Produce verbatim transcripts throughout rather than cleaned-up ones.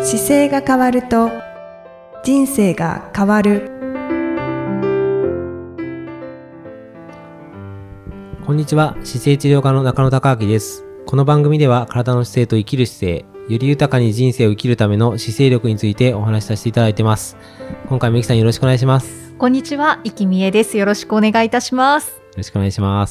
姿勢が変わると人生が変わる。 こんにちは、姿勢治療科の中野孝明です。この番組では体の姿勢と生きる姿勢、より豊かに人生を生きるための姿勢力についてお話しさせていただいてます。今回もゆきさんよろしくお願いします。 こんにちは、いきみえです。よろしくお願いいたします。 よろしくお願いします。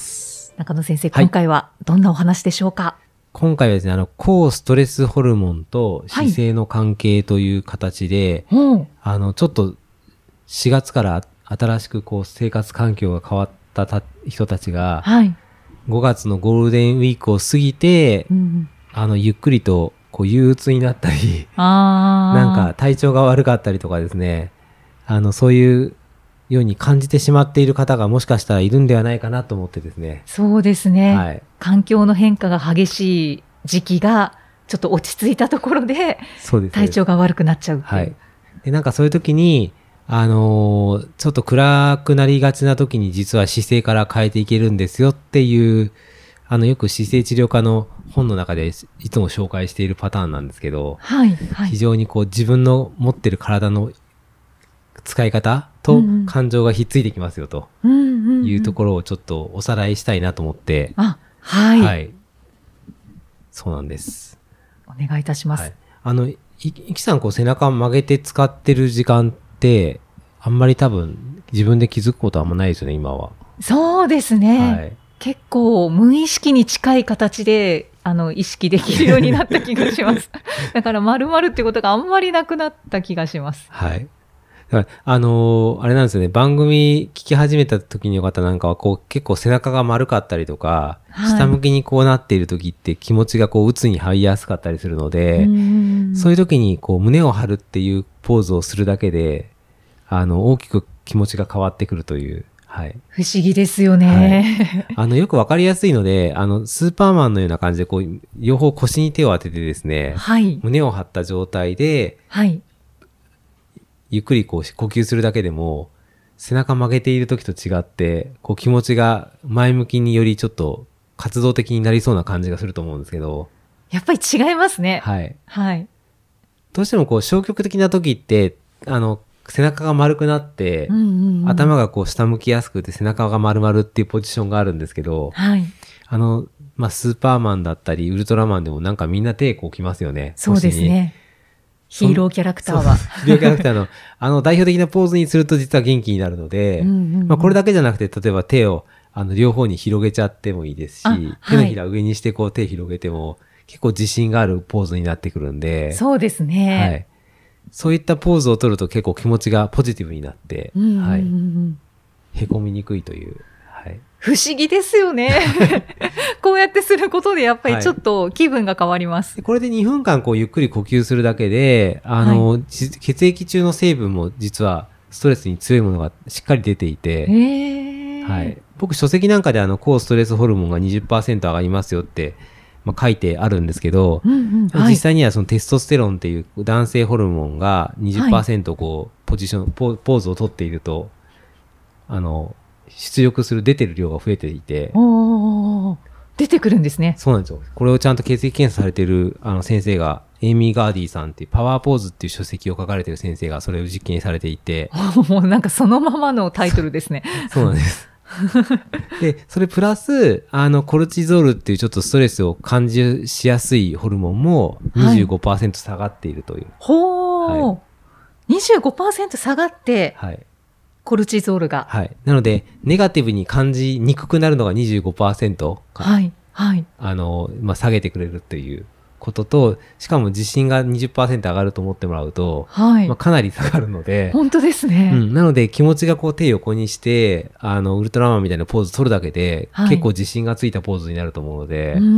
中野先生、今回はどんなお話でしょうか？はい、 今回はですね、あの抗ストレスホルモンと姿勢の関係という形で、はい、あのちょっとしがつから新しくこう生活環境が変わったた人たちが、はい、ごがつのゴールデンウィークを過ぎて、うん、あのゆっくりとこう憂鬱になったり、あなんか体調が悪かったりとかですね、あのそういうように感じてしまっている方がもしかしたらいるんではないかなと思ってですね。 そうですね、はい、環境の変化が激しい時期がちょっと落ち着いたところで体調が悪くなっちゃうっていう、はい、 でなんかそういう時にあのー、ちょっと暗くなりがちな時に実は姿勢から変えていけるんですよっていう、あのよく姿勢治療科の本の中でいつも紹介しているパターンなんですけど、はいはい、非常にこう自分の持ってる体の使い方と感情がひっついてきますよというところをちょっとおさらいしたいなと思って、 あ、はい、はい、 そうなんです。 お願いいたします。 はい、あのいいきさんこう背中を曲げて使ってる時間ってあんまり多分自分で気づくことはあんまないですよね今は。 そうですね、はい、結構無意識に近い形であの意識できるようになった気がしますだから丸々ってことがあんまりなくなった気がします。 はい、だからあのー、あれなんですよね、番組聞き始めた時の方なんかはこう結構背中が丸かったりとか、はい、下向きにこうなっている時って気持ちがこう鬱に入りやすかったりするので、うそういう時にこう胸を張るっていうポーズをするだけであの大きく気持ちが変わってくるという、はい、 不思議ですよね、 はい、あのよくわかりやすいのであのスーパーマンのような感じでこう両方腰に手を当ててですね、はい、胸を張った状態で、はい、ゆっくりこう呼吸するだけでも背中曲げている時と違ってこう気持ちが前向きによりちょっと活動的になりそうな感じがすると思うんですけど、 やっぱり違いますね。 はい、はい、 どうしてもこう消極的な時ってあの背中が丸くなって、うんうんうん、頭がこう下向きやすくて背中が丸々っていうポジションがあるんですけど、はい、あの、まあ、スーパーマンだったりウルトラマンでもなんかみんな手こうきますよね。 そうですね。ヒーローキャラクターは。 ヒーローキャラクターのあの代表的なポーズにすると実は元気になるので、うんうんうん、まあ、これだけじゃなくて例えば手をあの両方に広げちゃってもいいですし、はい、手のひら上にしてこう手広げても結構自信があるポーズになってくるんで。 そうですね。 はい。そういったポーズを取ると結構気持ちがポジティブになって、うんうんうん、はい、へこみにくいという、はい、 不思議ですよねこうやってすることでやっぱりちょっと気分が変わります、 はい、これでにふんかんこうゆっくり呼吸するだけであの、はい、血液中の成分も実はストレスに強いものがしっかり出ていて、へー、はい、僕書籍なんかであの抗ストレスホルモンが にじゅっパーセント 上がりますよってまあ、書いてあるんですけど、うんうんはい、実際にはそのテストステロンっていう男性ホルモンが にじゅっパーセント こうポジション、はい、ポ, ポーズを取っているとあの出力する出てる量が増えていて、 おー、出てくるんですね。 そうなんですよ。これをちゃんと血液検査されているあの先生がエイミー・ガーディさんっていうパワーポーズっていう書籍を書かれている先生がそれを実験されていてもうなんかそのままのタイトルですねそうなんですで、それプラス、あの、コルチゾールっていうちょっとストレスを感じしやすいホルモンも にじゅうごパーセント 下がっているという。はい、 ほー、はい、にじゅうごパーセント 下がって、はい、コルチゾールが。 はい。なので、ネガティブに感じにくくなるのが にじゅうごパーセント か。はい。はい。あの、まあ、下げてくれるということと、しかも自信が にじゅっパーセント 上がると思ってもらうと、はい、まあ、かなり下がるので、 本当ですね、 うん、なので気持ちがこう手を横にしてあのウルトラマンみたいなポーズ取るだけで、はい、結構自信がついたポーズになると思うので、うんうんうん、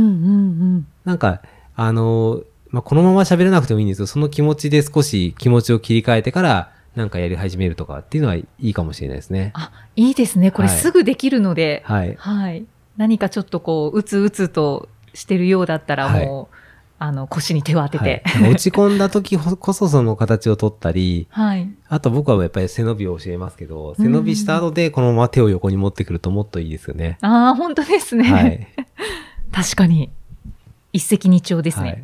なんかあの、まあ、このまま喋らなくてもいいんですけどその気持ちで少し気持ちを切り替えてからなんかやり始めるとかっていうのはいいかもしれないですね。 あ、いいですね。これすぐできるので、はいはい、何かちょっとこううつうつとしてるようだったらもう、はい、あの腰に手を当てて、 はい、落ち込んだ時こそその形を取ったり、はい、あと僕はやっぱり背伸びを教えますけど、背伸びした後でこのまま手を横に持ってくるともっといいですよね。 ああ、本当ですね、はい、確かに一石二鳥ですね、はい、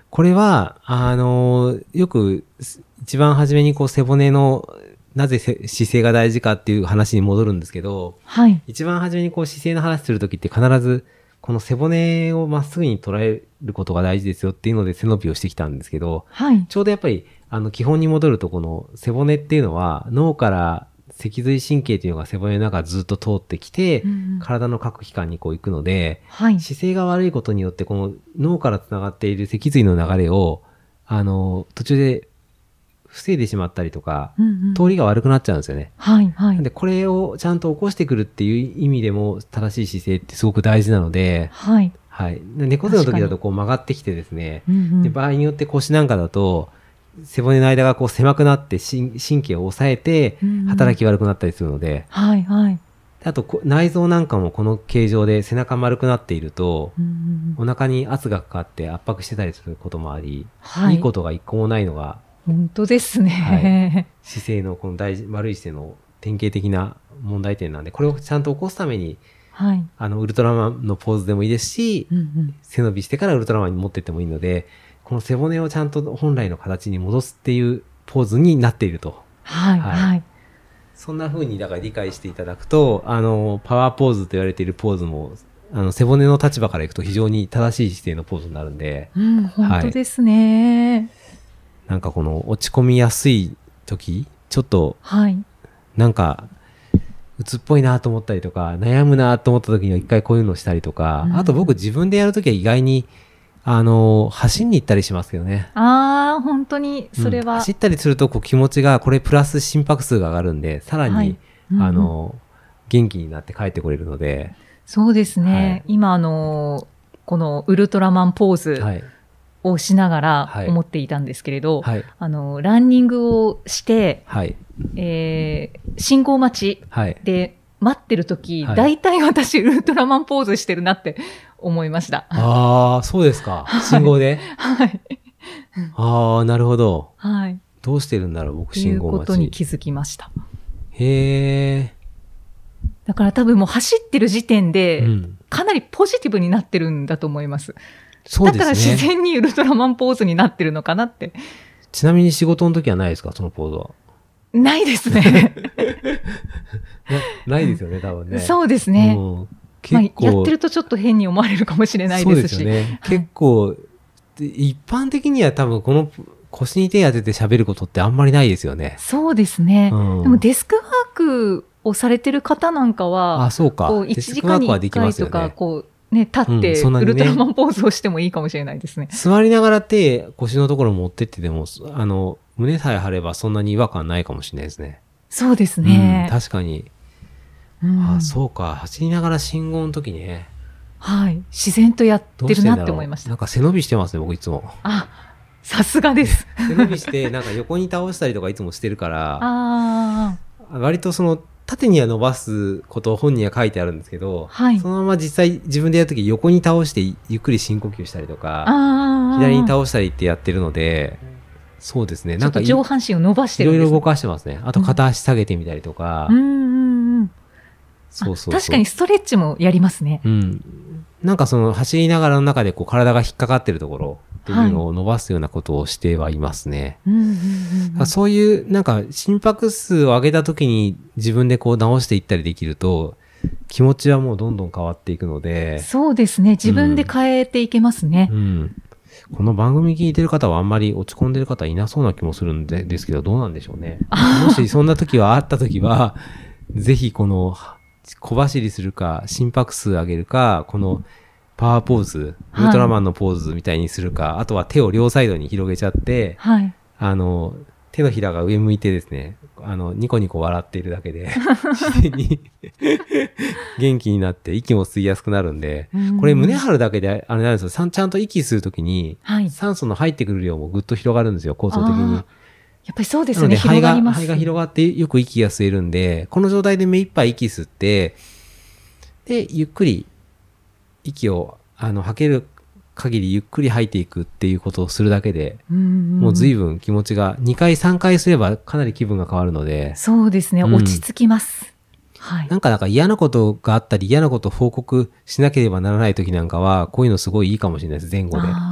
これは、あの、よく一番初めにこう背骨のなぜ姿勢が大事かっていう話に戻るんですけど、 はい。 一番初めにこう姿勢の話するときって必ずこの背骨をまっすぐに捉えることが大事ですよっていうので背伸びをしてきたんですけど、 はい。 ちょうどやっぱりあの基本に戻るとこの背骨っていうのは脳から脊髄神経っていうのが背骨の中ずっと通ってきて、うんうん、体の各器官にこう行くので、はい、姿勢が悪いことによってこの脳からつながっている脊髄の流れをあの途中で防いでしまったりとか、うんうん、通りが悪くなっちゃうんですよね。はいはい。でこれをちゃんと起こしてくるっていう意味でも正しい姿勢ってすごく大事なので、はいはい。で猫背の時だとこう曲がってきてですね、うんうん、で場合によって腰なんかだと背骨の間がこう狭くなって神経を抑えて働き悪くなったりするので、うんうん、はいはい。あと内臓なんかもこの形状で背中丸くなっていると、うんうん、お腹に圧がかかって圧迫してたりすることもあり、はい、いいことが一個もないのが本当ですね、 はい、姿勢のこの大事悪い姿勢の典型的な問題点なんで、これをちゃんと起こすために、はい、あのウルトラマンのポーズでもいいですし、うんうん、背伸びしてからウルトラマンに持ってってもいいので、この背骨をちゃんと本来の形に戻すっていうポーズになっていると、はいはいはい、そんな風にだから理解していただくと、あのパワーポーズと言われているポーズもあの背骨の立場からいくと非常に正しい姿勢のポーズになるんで、 うん、本当ですね、はい、 なんかこの落ち込みやすい時ちょっと、はい、なんか鬱っぽいなと思ったりとか悩むなと思った時には一回こういうのをしたりとか、うん、あと僕自分でやる時は意外にあの走んに行ったりしますけどね。 ああ本当にそれは、うん、 走ったりするとこう気持ちがこれプラス心拍数が上がるんでさらに、はいうん、あの元気になって帰ってこれるので。 そうですね、はい、今あのこのウルトラマンポーズ、はいをしながら思っていたんですけれど、はい、あのランニングをして、はいえー、信号待ちで待ってる時、はい、大体私ウルトラマンポーズしてるなって思いました。 ああそうですか、信号で、はい、ああなるほど、はい、どうしてるんだろう僕信号待ち。ということに気づきました。 へえ。 だから多分もう走ってる時点で、うん、かなりポジティブになってるんだと思います。そうですね、だから自然にウルトラマンポーズになってるのかなって。 ちなみに仕事の時はないですかそのポーズは。 ないですねな, ないですよね多分ね。 そうですね、うん、結構、まあ、やってるとちょっと変に思われるかもしれないですし。 そうですよね、はい、結構一般的には多分この腰に手当てて喋ることってあんまりないですよね。 そうですね、うん、でもデスクワークをされてる方なんかはあそうかこういちじかんにいっかいとかこうね、立ってウルトラマンポーズをしてもいいかもしれないですね。 うん、座りながら手腰のところ持ってってでもあの胸さえ張ればそんなに違和感ないかもしれないですね。 そうですね、 うん、確かに、うん、あそうか走りながら信号の時ね、 はい自然とやってるなって思いました。 なんか背伸びしてますね僕いつも。 あさすがです。 背伸びしてなんか横に倒したりとかいつもしてるからあ割とその縦には伸ばすことを本には書いてあるんですけど、はい、そのまま実際自分でやるとき横に倒してゆっくり深呼吸したりとか左に倒したりってやってるので、そうですねなんかちょっと上半身を伸ばしてるんです、ね、 いろいろ動かしてますね。あと片足下げてみたりとか、うん、うんうんうんそうそうそう確かにストレッチもやりますね、 うん、なんかその走りながらの中でこう体が引っかかってるところっていうのを伸ばすようなことをしてはいますね、はいうんうんうん、そういうなんか心拍数を上げた時に自分でこう直していったりできると気持ちはもうどんどん変わっていくので。そうですね自分で変えていけますね、 うんうん、この番組聞いてる方はあんまり落ち込んでる方いなそうな気もするんでですけどどうなんでしょうね。もしそんな時はあった時はぜひこの小走りするか心拍数上げるかこのパワーポーズウルトラマンのポーズみたいにするか、はい、あとは手を両サイドに広げちゃって、はい、あの手のひらが上向いてですねあのニコニコ笑っているだけで自然に元気になって息も吸いやすくなるんで、これ胸張るだけであれなんですよちゃんと息吸うときに、はい、酸素の入ってくる量もぐっと広がるんですよ構造的に。 やっぱりそうですね。広がります。 肺が広がってよく息が吸えるんで、この状態で目いっぱい息吸って、で、ゆっくり息をあの吐ける限りゆっくり吐いていくっていうことをするだけで、うんうん、もう随分気持ちがにかいさんかいすればかなり気分が変わるので。 そうですね。うん、落ち着きます。はい。 なんかなんか嫌なことがあったり嫌なことを報告しなければならない時なんかは、こういうのすごいいいかもしれないです、前後で。あ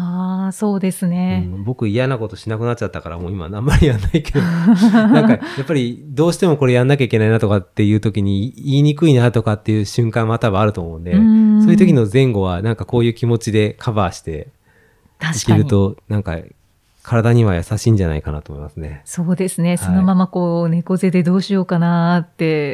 ああ、そうですね、 うん。僕嫌なことしなくなっちゃったからもう今あんまりやんないけど。なんかやっぱりどうしてもこれやんなきゃいけないなとかっていう時に言いにくいなとかっていう瞬間は多分あると思うんで、うんそういう時の前後はなんかこういう気持ちでカバーしていけるとなんか体には優しいんじゃないかなと思いますね。 そうですね。はい、そのままこう猫背でどうしようかなって、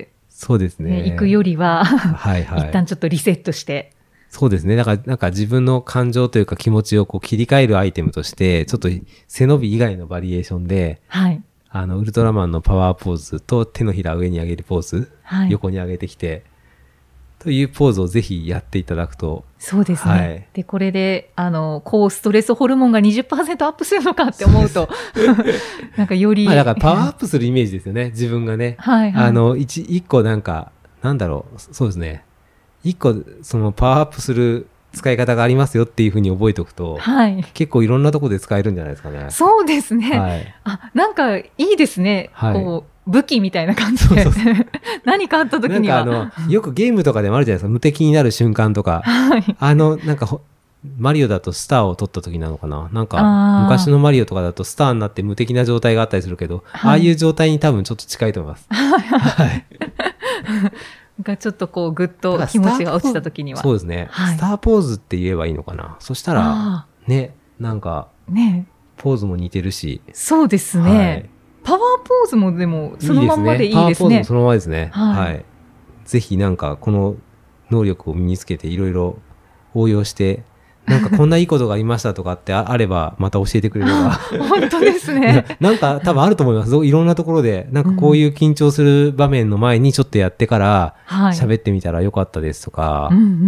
そうですね。 ね行くよりははいはい、 一旦ちょっとリセットして。 そうですね。だからなんか自分の感情というか気持ちをこう切り替えるアイテムとして、ちょっと背伸び以外のバリエーションで、はい、あのウルトラマンのパワーポーズと手のひら上に上げるポーズ、はい、横に上げてきて。というポーズをぜひやっていただくと。 そうですね。はい、で、これで、あの、こう、ストレスホルモンが にじゅっパーセント アップするのかって思うと、なんかより。 まあ、だからパワーアップするイメージですよね、自分がね。はいはい。あの、一、一個なんか、なんだろう、そうですね。一個、そのパワーアップする使い方がありますよっていうふうに覚えておくと、はい、結構いろんなところで使えるんじゃないですかね。 そうですね。はい、あ、なんかいいですね。はい、こう武器みたいな感じで。そうそうそう何かあった時には。 なんかあの、よくゲームとかでもあるじゃないですか。無敵になる瞬間とか。はい、あの、なんかマリオだとスターを取った時なのかな。なんか昔のマリオとかだとスターになって無敵な状態があったりするけど、はい、ああいう状態に多分ちょっと近いと思います。はい。 がちょっとこうグッと気持ちが落ちた時には。 そうですね、はい。スターポーズって言えばいいのかな。そしたら、ね、なんか、ね、ポーズも似てるし。 そうですね。はい、パワーポーズもでもそのまんまでいいですね。パワーポーズもそのままですね。はい。はい、ぜひなんかこの能力を身につけていろいろ応用して、なんかこんないいことがありましたとかってあればまた教えてくれれば。 本当ですね。 なんか多分あると思います。いろんなところで、なんかこういう緊張する場面の前にちょっとやってから喋ってみたらよかったですとか。うんうんうんうん、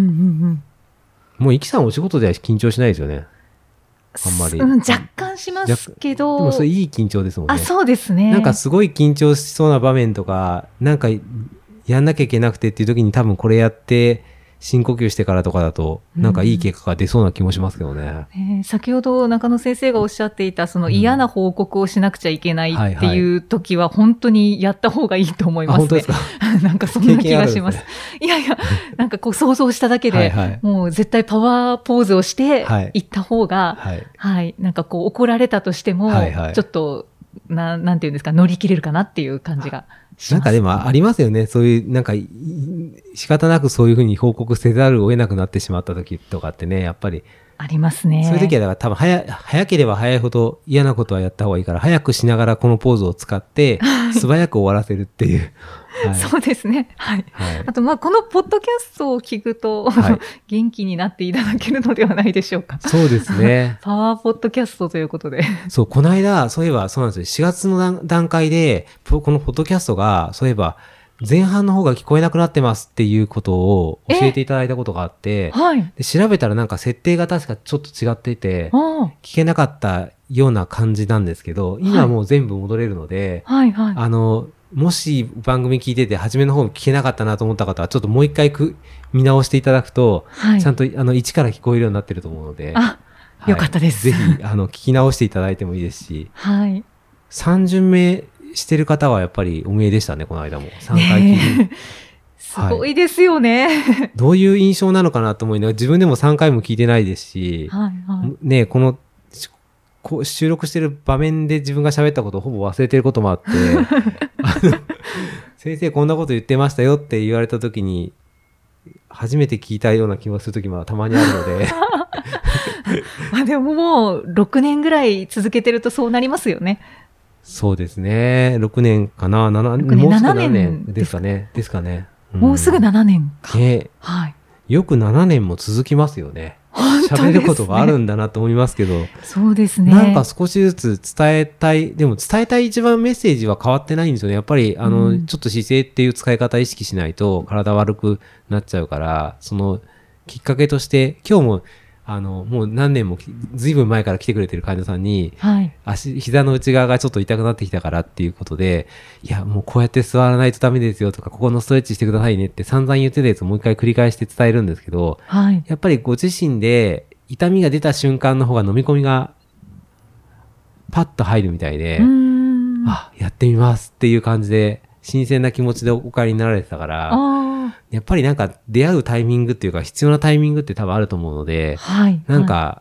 もうイキさんお仕事では緊張しないですよね。あんまり、 うん、若干しますけど、 でもそれいい緊張ですもんね。 あ、そうですね。 なんかすごい緊張しそうな場面とか、なんかやんなきゃいけなくてっていう時に多分これやって深呼吸してからとかだとなんかいい結果が出そうな気もしますけどね。 うんえー、先ほど中野先生がおっしゃっていたその嫌な報告をしなくちゃいけないっていう時は本当にやった方がいいと思いますね。 本当ですか？ なんかそんな気がします。すね、いやいや、なんかこう想像しただけで、はいはい、もう絶対パワーポーズをして行った方が、はい、はい、なんかこう怒られたとしても、はいはい、ちょっとな、なんていうんですか、乗り切れるかなっていう感じが。 なんかでもありますよね。そういう、なんか仕方なくそういうふうに報告せざるを得なくなってしまった時とかってね、やっぱり。 ありますね。 そういう時はだから多分早、早ければ早いほど嫌なことはやった方がいいから、早くしながらこのポーズを使って、素早く終わらせるっていう。 はい、そうですね。はい。はい、あと、まあ、このポッドキャストを聞くと、はい、元気になっていただけるのではないでしょうか。 そうですね。 パワーポッドキャストということで。 そう、この間、そういえば、そうなんですよ。しがつの段階で、このポッドキャストが、そういえば、前半の方が聞こえなくなってますっていうことを教えていただいたことがあって、はい、で調べたらなんか設定が確かちょっと違っていて、聞けなかったような感じなんですけど、今はもう全部戻れるので、はいはいはい、あの、もし番組聞いてて初めの方聞けなかったなと思った方はちょっともう一回く見直していただくと、はい、ちゃんとあの一から聞こえるようになってると思うので、 あ、はい、よかったです。 ぜひあの聞き直していただいてもいいですし、はい、さん巡目してる方はやっぱりお見えでしたね、この間もさんかい聞いて、 すごいですよね、 はい、どういう印象なのかなと思いながら自分でもさんかいも聞いてないですし、はいはい、ね、このこう収録してる場面で自分が喋ったことをほぼ忘れてることもあってあの先生こんなこと言ってましたよって言われた時に初めて聞いたような気がする時もたまにあるのでまあでももうろくねんぐらい続けてるとそうなりますよね。 そうですね、ろくねんかな、ななねん、もうすぐななねんですかね、ですかね、 うん、もうすぐななねんか、 ね、はい、よくななねんも続きますよね。喋、ね、ることがあるんだなと思いますけど、 そうですね。 なんか少しずつ伝えたい、でも伝えたい一番メッセージは変わってないんですよね。やっぱりあの、うん、ちょっと姿勢っていう使い方意識しないと体悪くなっちゃうから、そのきっかけとして今日もあのもう何年もずいぶん前から来てくれてる患者さんに、はい、足膝の内側がちょっと痛くなってきたからっていうことで、いやもうこうやって座らないとダメですよとか、ここのストレッチしてくださいねって散々言ってたやつをもう一回繰り返して伝えるんですけど、はい、やっぱりご自身で痛みが出た瞬間の方が飲み込みがパッと入るみたいで、うーん、あ、やってみますっていう感じで新鮮な気持ちでお帰りになられてたから、やっぱりなんか出会うタイミングっていうか必要なタイミングって多分あると思うので、はい、なんか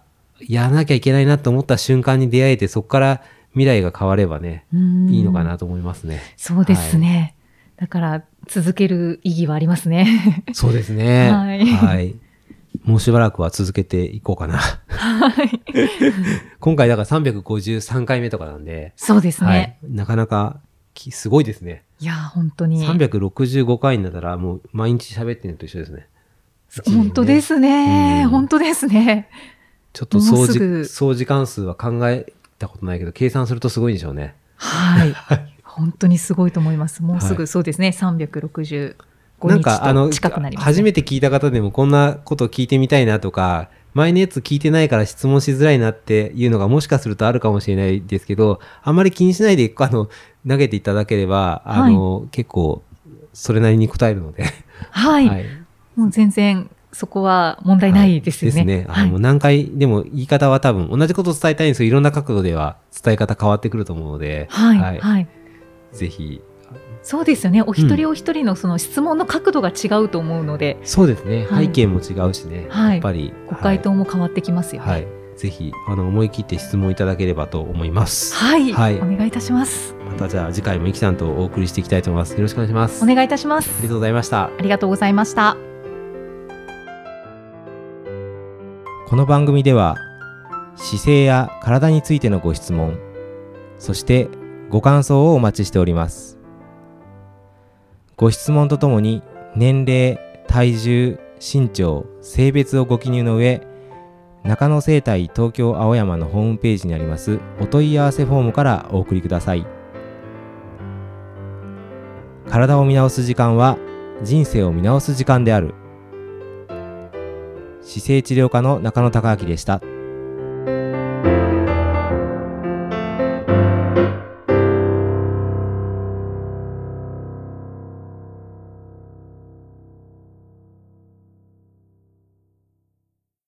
やらなきゃいけないなと思った瞬間に出会えて、そこから未来が変わればね、いいのかなと思いますね。 そうですね。はい、だから続ける意義はありますね。 そうですね。 はい。 はい。もうしばらくは続けていこうかな。はい。今回だからさんびゃくごじゅうさんかいめとかなんで。 そうですね。はい、 なかなかすごいですね。 いや、本当に。 さんびゃくろくじゅうごかいになったらもう毎日喋ってるのと一緒ですね。 本当ですね。本当ですね。 ちょっと掃除、掃除関数は考えたことないけど、計算するとすごいんでしょうね。 はい。本当にすごいと思います。もうすぐ、そうですね。さんびゃくろくじゅうごにちと近くなります、ね。 初めて聞いた方でもこんなこと聞いてみたいなとか、前のやつ聞いてないから質問しづらいなっていうのがもしかするとあるかもしれないですけど、あまり気にしないで、あの、投げていただければ、あの、はい、結構、それなりに答えるので。 はい。はい、もう全然、そこは問題ないですよね。 はい、ですね。あの、もう何回でも言い方は多分、同じことを伝えたいんですけど、いろんな角度では伝え方変わってくると思うので、 はい。はい。はい、 ぜひ。 そうですよね。お一人お一人のその質問の角度が違うと思うので。 うん、そうですね。はい、背景も違うしね。はい、やっぱり。 ご回答も変わってきますよね。 はい。ぜひ、あの、思い切って質問いただければと思います。 はい。はい。お願いいたします。 またじゃあ次回もイキさんとお送りしていきたいと思います。よろしくお願いします。 お願いいたします。 ありがとうございました。 ありがとうございました。 この番組では姿勢や体についてのご質問、そしてご感想をお待ちしております。ご質問とともに年齢、体重、身長、性別をご記入の上、中野生態東京青山のホームページにありますお問い合わせフォームからお送りください。体を見直す時間は人生を見直す時間である。姿勢治療科の中野孝明でした。